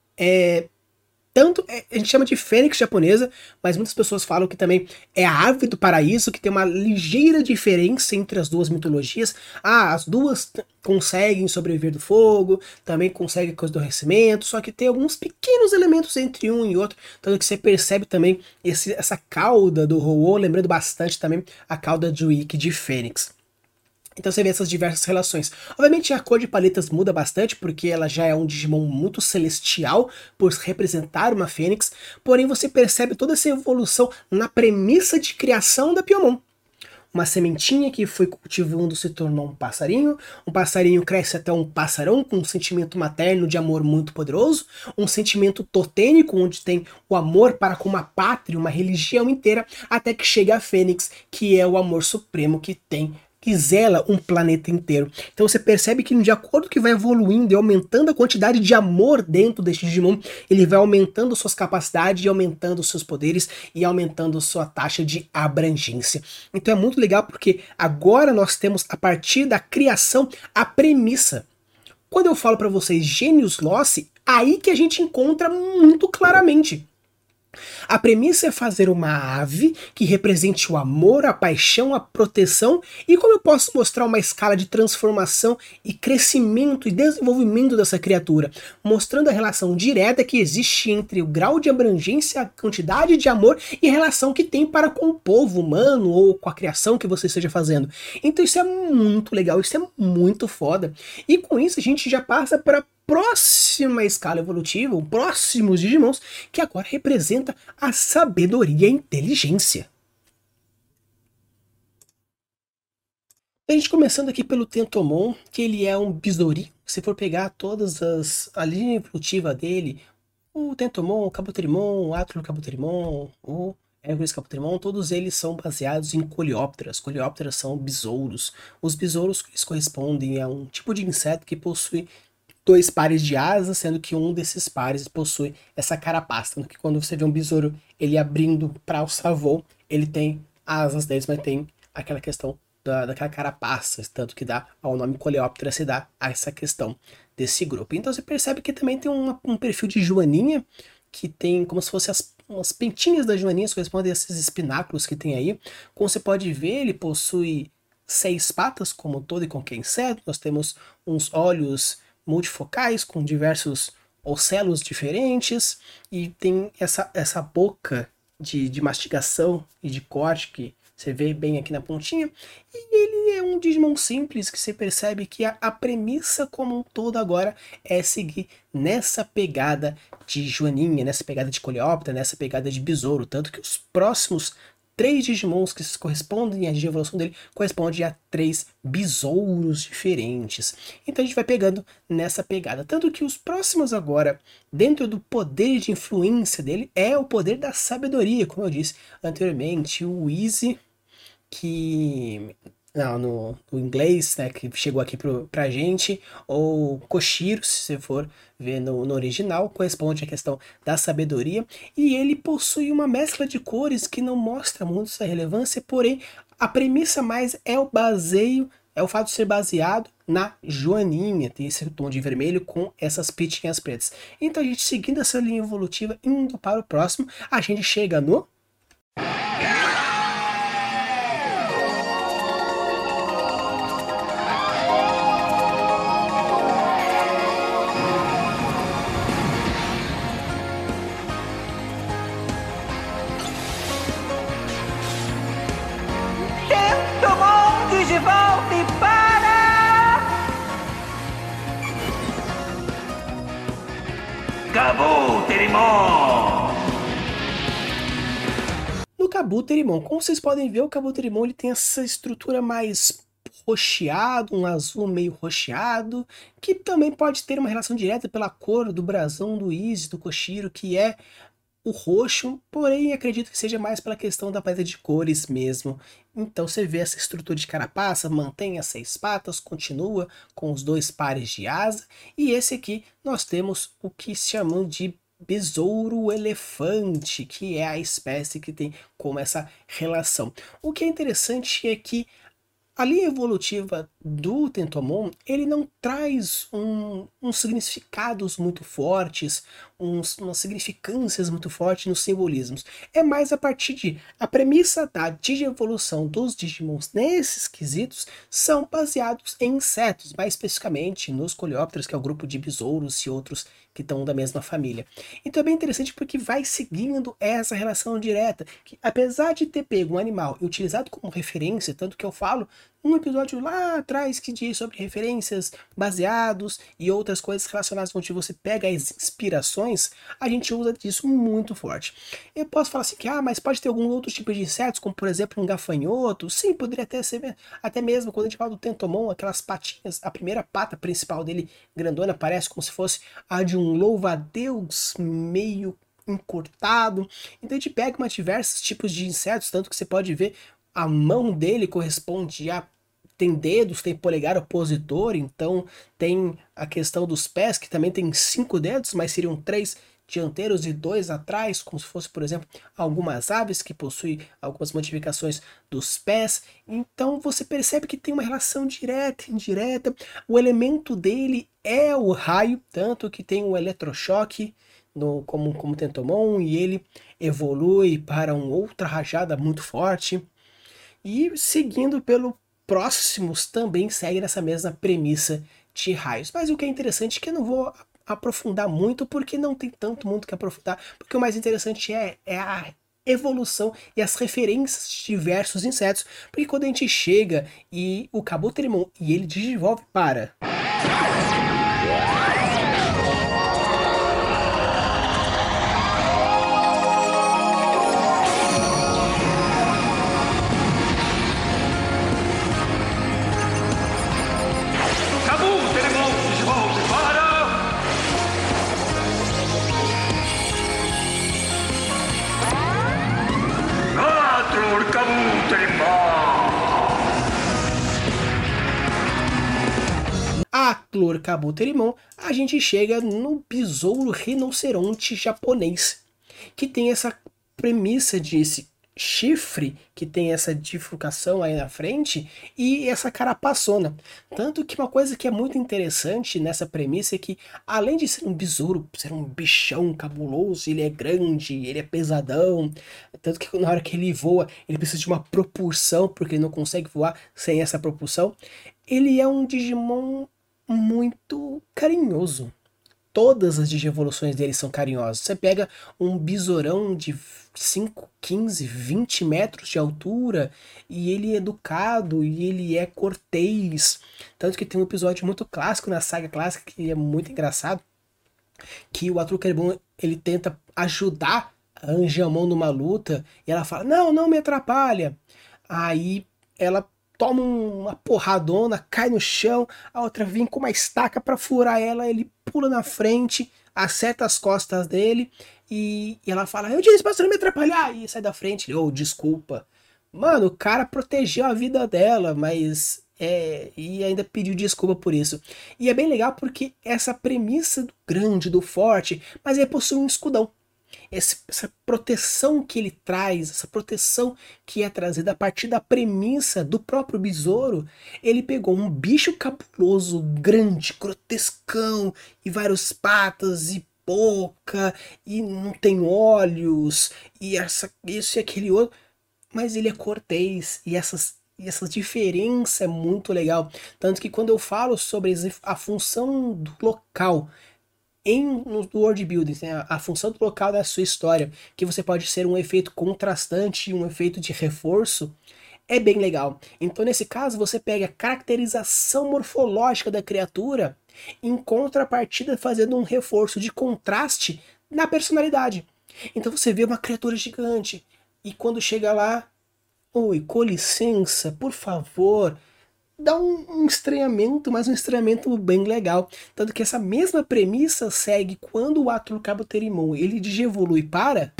a gente chama de fênix japonesa, mas muitas pessoas falam que também é a ave do paraíso, que tem uma ligeira diferença entre as duas mitologias. As duas conseguem sobreviver do fogo, também conseguem coisa do renascimento, só que tem alguns pequenos elementos entre um e outro, tanto que você percebe também essa cauda do Ho-Oh, lembrando bastante também a cauda de Ikki de fênix. Então você vê essas diversas relações. Obviamente a cor de paletas muda bastante, porque ela já é um Digimon muito celestial, por representar uma fênix, porém você percebe toda essa evolução na premissa de criação da Piomon. Uma sementinha que foi cultivando se tornou um passarinho cresce até um passarão com um sentimento materno de amor muito poderoso, um sentimento totênico onde tem o amor para com uma pátria, uma religião inteira, até que chega a fênix, que é o amor supremo que tem que zela um planeta inteiro. Então você percebe que de acordo que vai evoluindo e aumentando a quantidade de amor dentro deste Digimon, ele vai aumentando suas capacidades, e aumentando seus poderes e aumentando sua taxa de abrangência. Então é muito legal porque agora nós temos, a partir da criação, a premissa. Quando eu falo para vocês Genius Loss, aí que a gente encontra muito claramente. A premissa é fazer uma ave que represente o amor, a paixão, a proteção, e como eu posso mostrar uma escala de transformação e crescimento e desenvolvimento dessa criatura, mostrando a relação direta que existe entre o grau de abrangência, a quantidade de amor e a relação que tem para com o povo humano ou com a criação que você esteja fazendo. Então isso é muito legal, isso é muito foda. E com isso a gente já passa para próxima escala evolutiva, o próximos Digimons, que agora representa a sabedoria e a inteligência. A gente começando aqui pelo Tentomon, que ele é um besouri. Se for pegar todas a linha evolutiva dele, o Tentomon, o Kabuterimon, o Atlas Kabuterimon, o Hércules Kabuterimon, todos eles são baseados em coleópteras. Coleópteras são besouros. Os besouros eles correspondem a um tipo de inseto que possui 2 pares de asas, sendo que um desses pares possui essa carapaça. Tanto que quando você vê um besouro ele abrindo para alçar voo, ele tem asas deles, mas tem aquela questão daquela carapaça, tanto que dá ao nome coleóptera, se dá a essa questão desse grupo. Então você percebe que também tem um perfil de joaninha, que tem como se fossem umas pentinhas das joaninhas, correspondem a esses espináculos que tem aí. Como você pode ver, ele possui 6 patas, como todo e qualquer inseto. Nós temos uns olhos multifocais com diversos ocelos diferentes e tem essa boca de mastigação e de corte que você vê bem aqui na pontinha. E ele é um Digimon simples que você percebe que a premissa como um todo agora é seguir nessa pegada de joaninha, nessa pegada de coleóptera, nessa pegada de besouro, tanto que os próximos 3 Digimons que correspondem à evolução dele correspondem a 3 besouros diferentes. Então a gente vai pegando nessa pegada. Tanto que os próximos agora, dentro do poder de influência dele, é o poder da sabedoria, como eu disse anteriormente. O Easy, que no inglês, né, que chegou aqui pra gente, ou Koshiro, se você for ver no original, corresponde à questão da sabedoria, e ele possui uma mescla de cores que não mostra muito essa relevância, porém a premissa mais é o baseio, é o fato de ser baseado na joaninha, tem esse tom de vermelho com essas pitinhas pretas. Então a gente seguindo essa linha evolutiva, indo para o próximo, a gente chega no Tentomon Digivolve para Kabuterimon! No Kabuterimon. Como vocês podem ver, o Kabuterimon ele tem essa estrutura mais roxeado, um azul meio roxeado, que também pode ter uma relação direta pela cor do brasão do Easy, do Koshiro, que é o roxo, porém acredito que seja mais pela questão da paleta de cores mesmo. Então você vê essa estrutura de carapaça, mantém as 6 patas, continua com os 2 pares de asa, e esse aqui nós temos o que se chamam de besouro elefante, que é a espécie que tem como essa relação. O que é interessante é que a linha evolutiva do Tentomon, ele não traz uns significados muito fortes, umas significâncias muito fortes nos simbolismos. É mais a partir de a premissa da digievolução dos Digimons nesses quesitos são baseados em insetos, mais especificamente nos coleópteros, que é o grupo de besouros e outros que estão da mesma família. Então é bem interessante porque vai seguindo essa relação direta, que apesar de ter pego um animal e utilizado como referência, tanto que eu falo um episódio lá atrás que diz sobre referências baseados e outras coisas relacionadas onde você pega as inspirações, a gente usa disso muito forte. Eu posso falar assim que, mas pode ter algum outro tipo de insetos, como por exemplo um gafanhoto. Sim, poderia até ser, até mesmo quando a gente fala do Tentomon, aquelas patinhas, a primeira pata principal dele, grandona, parece como se fosse a de um louva-a-Deus meio encurtado. Então a gente pega diversos tipos de insetos, tanto que você pode ver a mão dele corresponde a tem dedos, tem polegar opositor, então tem a questão dos pés, que também tem 5 dedos, mas seriam 3 dianteiros e 2 atrás, como se fosse, por exemplo, algumas aves que possuem algumas modificações dos pés. Então você percebe que tem uma relação direta e indireta. O elemento dele é o raio, tanto que tem o eletrochoque como Tentomon, e ele evolui para uma outra rajada muito forte. E seguindo pelo próximos também segue nessa mesma premissa de raios. Mas o que é interessante é que eu não vou aprofundar muito, porque não tem tanto muito que aprofundar, porque o mais interessante é a evolução e as referências de diversos insetos, porque quando a gente chega e o Kabuterimon e ele digivolve para Kabuterimon desenvolve para... Atlur Kabuterimon! Atlur Kabuterimon, a gente chega no besouro rinoceronte japonês, que tem essa premissa de esse chifre, que tem essa bifurcação aí na frente, e essa carapaçona. Tanto que uma coisa que é muito interessante nessa premissa é que, além de ser um besouro, ser um bichão cabuloso, ele é grande, ele é pesadão, tanto que na hora que ele voa, ele precisa de uma propulsão, porque ele não consegue voar sem essa propulsão. Ele é um Digimon muito carinhoso. Todas as digievoluções dele são carinhosas. Você pega um besourão de 5, 15, 20 metros de altura e ele é educado e ele é cortês. Tanto que tem um episódio muito clássico na saga clássica que é muito engraçado, que o Atlur Kabuterimon ele tenta ajudar a Angemon numa luta e ela fala, não, não me atrapalha. Aí ela toma uma porradona, cai no chão, a outra vem com uma estaca pra furar ela, ele pula na frente, acerta as costas dele e ela fala, eu disse pra você não me atrapalhar, e sai da frente, ele, desculpa. Mano, o cara protegeu a vida dela, mas e ainda pediu desculpa por isso. E é bem legal porque essa premissa do grande, do forte, mas ele possui um escudão. Essa proteção que ele traz, essa proteção que é trazida a partir da premissa do próprio besouro, ele pegou um bicho cabuloso, grande, grotescão, e várias patas e boca, e não tem olhos, e isso e aquele outro, mas ele é cortês, e essa diferença é muito legal. Tanto que quando eu falo sobre a função do local no world building, né, a função do local da sua história, que você pode ser um efeito contrastante e um efeito de reforço, é bem legal. Então, nesse caso, você pega a caracterização morfológica da criatura, em contrapartida fazendo um reforço de contraste na personalidade. Então você vê uma criatura gigante, e quando chega lá, oi, com licença, por favor, dá um estranhamento, mas um estranhamento bem legal. Tanto que essa mesma premissa segue quando o Atlur Kabuterimon ele digievolui para...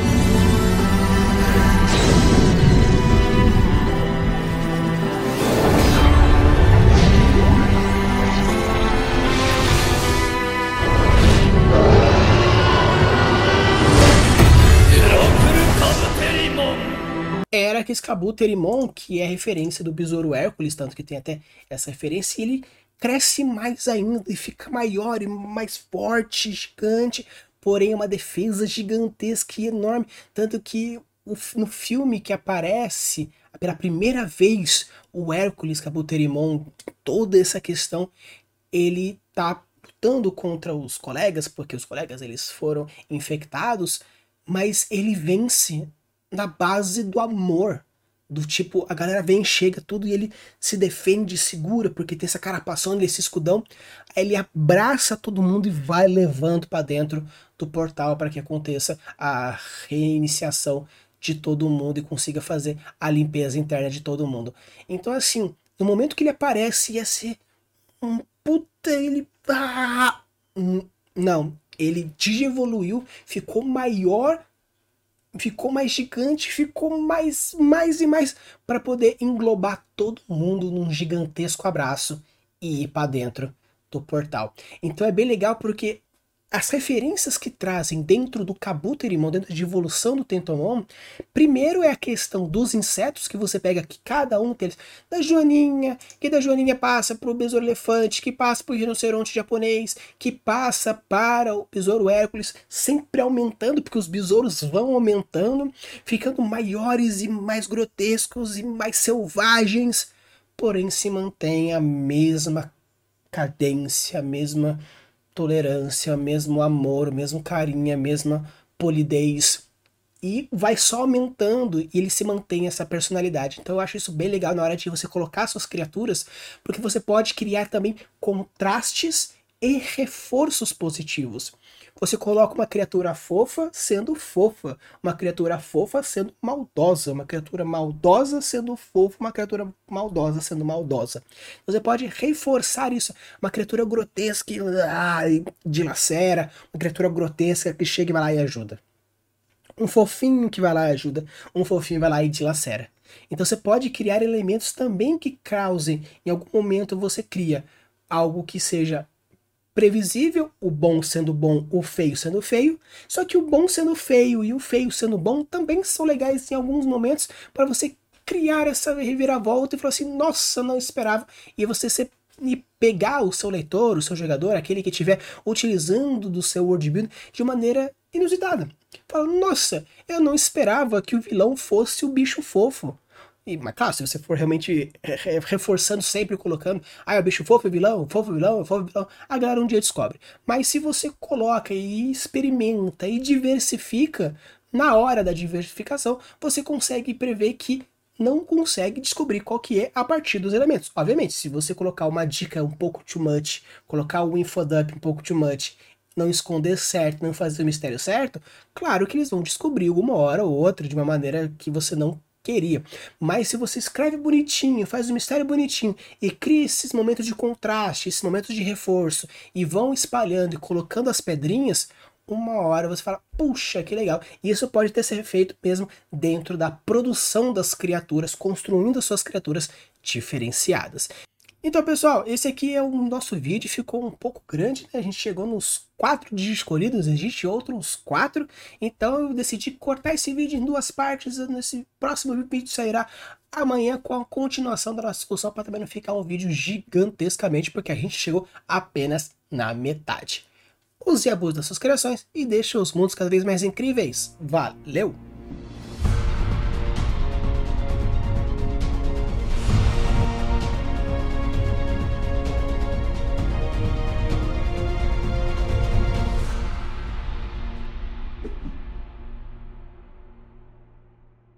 Heracles Kabuterimon, que é referência do Besouro Hércules, tanto que tem até essa referência, e ele cresce mais ainda e fica maior e mais forte, gigante, porém uma defesa gigantesca e enorme, tanto que no filme que aparece pela primeira vez o Hércules Kabuterimon, toda essa questão, ele tá lutando contra os colegas, porque os colegas eles foram infectados, mas ele vence na base do amor. Do tipo, a galera vem, chega, tudo, e ele se defende, segura, porque tem essa carapação, esse escudão. Aí ele abraça todo mundo e vai levando para dentro do portal para que aconteça a reiniciação de todo mundo e consiga fazer a limpeza interna de todo mundo. Então, assim, no momento que ele aparece, ia ser um puta, ele... não, ele digievoluiu, ficou maior ficou mais gigante, ficou mais e mais para poder englobar todo mundo num gigantesco abraço e ir para dentro do portal. Então é bem legal porque as referências que trazem dentro do Kabuterimon, dentro de evolução do Tentomon, primeiro é a questão dos insetos, que você pega que cada um deles, da joaninha, que da joaninha passa para o besouro elefante, que passa para o rinoceronte japonês, que passa para o besouro Hércules, sempre aumentando, porque os besouros vão aumentando, ficando maiores e mais grotescos e mais selvagens, porém se mantém a mesma cadência, a mesma tolerância, mesmo amor, mesmo carinho, a mesma polidez. E vai só aumentando e ele se mantém essa personalidade. Então eu acho isso bem legal na hora de você colocar suas criaturas, porque você pode criar também contrastes e reforços positivos. Você coloca uma criatura fofa, uma criatura fofa sendo maldosa, uma criatura maldosa sendo fofa, uma criatura maldosa sendo maldosa. Você pode reforçar isso. Uma criatura grotesca e dilacera, uma criatura grotesca que chega e vai lá e ajuda. Um fofinho que vai lá e ajuda, um fofinho vai lá e dilacera. Então você pode criar elementos também que causem, em algum momento você cria algo que seja previsível, o bom sendo bom, o feio sendo feio, só que o bom sendo feio e o feio sendo bom também são legais em alguns momentos para você criar essa reviravolta e falar assim, nossa, não esperava, e você e pegar o seu leitor, o seu jogador, aquele que estiver utilizando do seu worldbuilding de maneira inusitada. Fala, nossa, eu não esperava que o vilão fosse o bicho fofo. Mas claro, se você for realmente reforçando sempre, colocando, é o bicho fofo é vilão, fofo é vilão, fofo é vilão, a galera um dia descobre. Mas se você coloca e experimenta e diversifica, na hora da diversificação, você consegue prever que não consegue descobrir qual que é a partir dos elementos. Obviamente, se você colocar uma dica um pouco too much, colocar o infodump um pouco too much, não esconder certo, não fazer o mistério certo, claro que eles vão descobrir uma hora ou outra de uma maneira que você não queria. Mas se você escreve bonitinho, faz o mistério bonitinho e cria esses momentos de contraste, esses momentos de reforço e vão espalhando e colocando as pedrinhas, uma hora você fala, puxa, que legal. E isso pode ter sido feito mesmo dentro da produção das criaturas, construindo as suas criaturas diferenciadas. Então, pessoal, esse aqui é o nosso vídeo, ficou um pouco grande, né? A gente chegou nos 4 dias escolhidos, existe outros 4, então eu decidi cortar esse vídeo em 2 partes, nesse próximo vídeo sairá amanhã com a continuação da nossa discussão, para também não ficar um vídeo gigantescamente, porque a gente chegou apenas na metade. Use e abuse das suas criações e deixe os mundos cada vez mais incríveis. Valeu!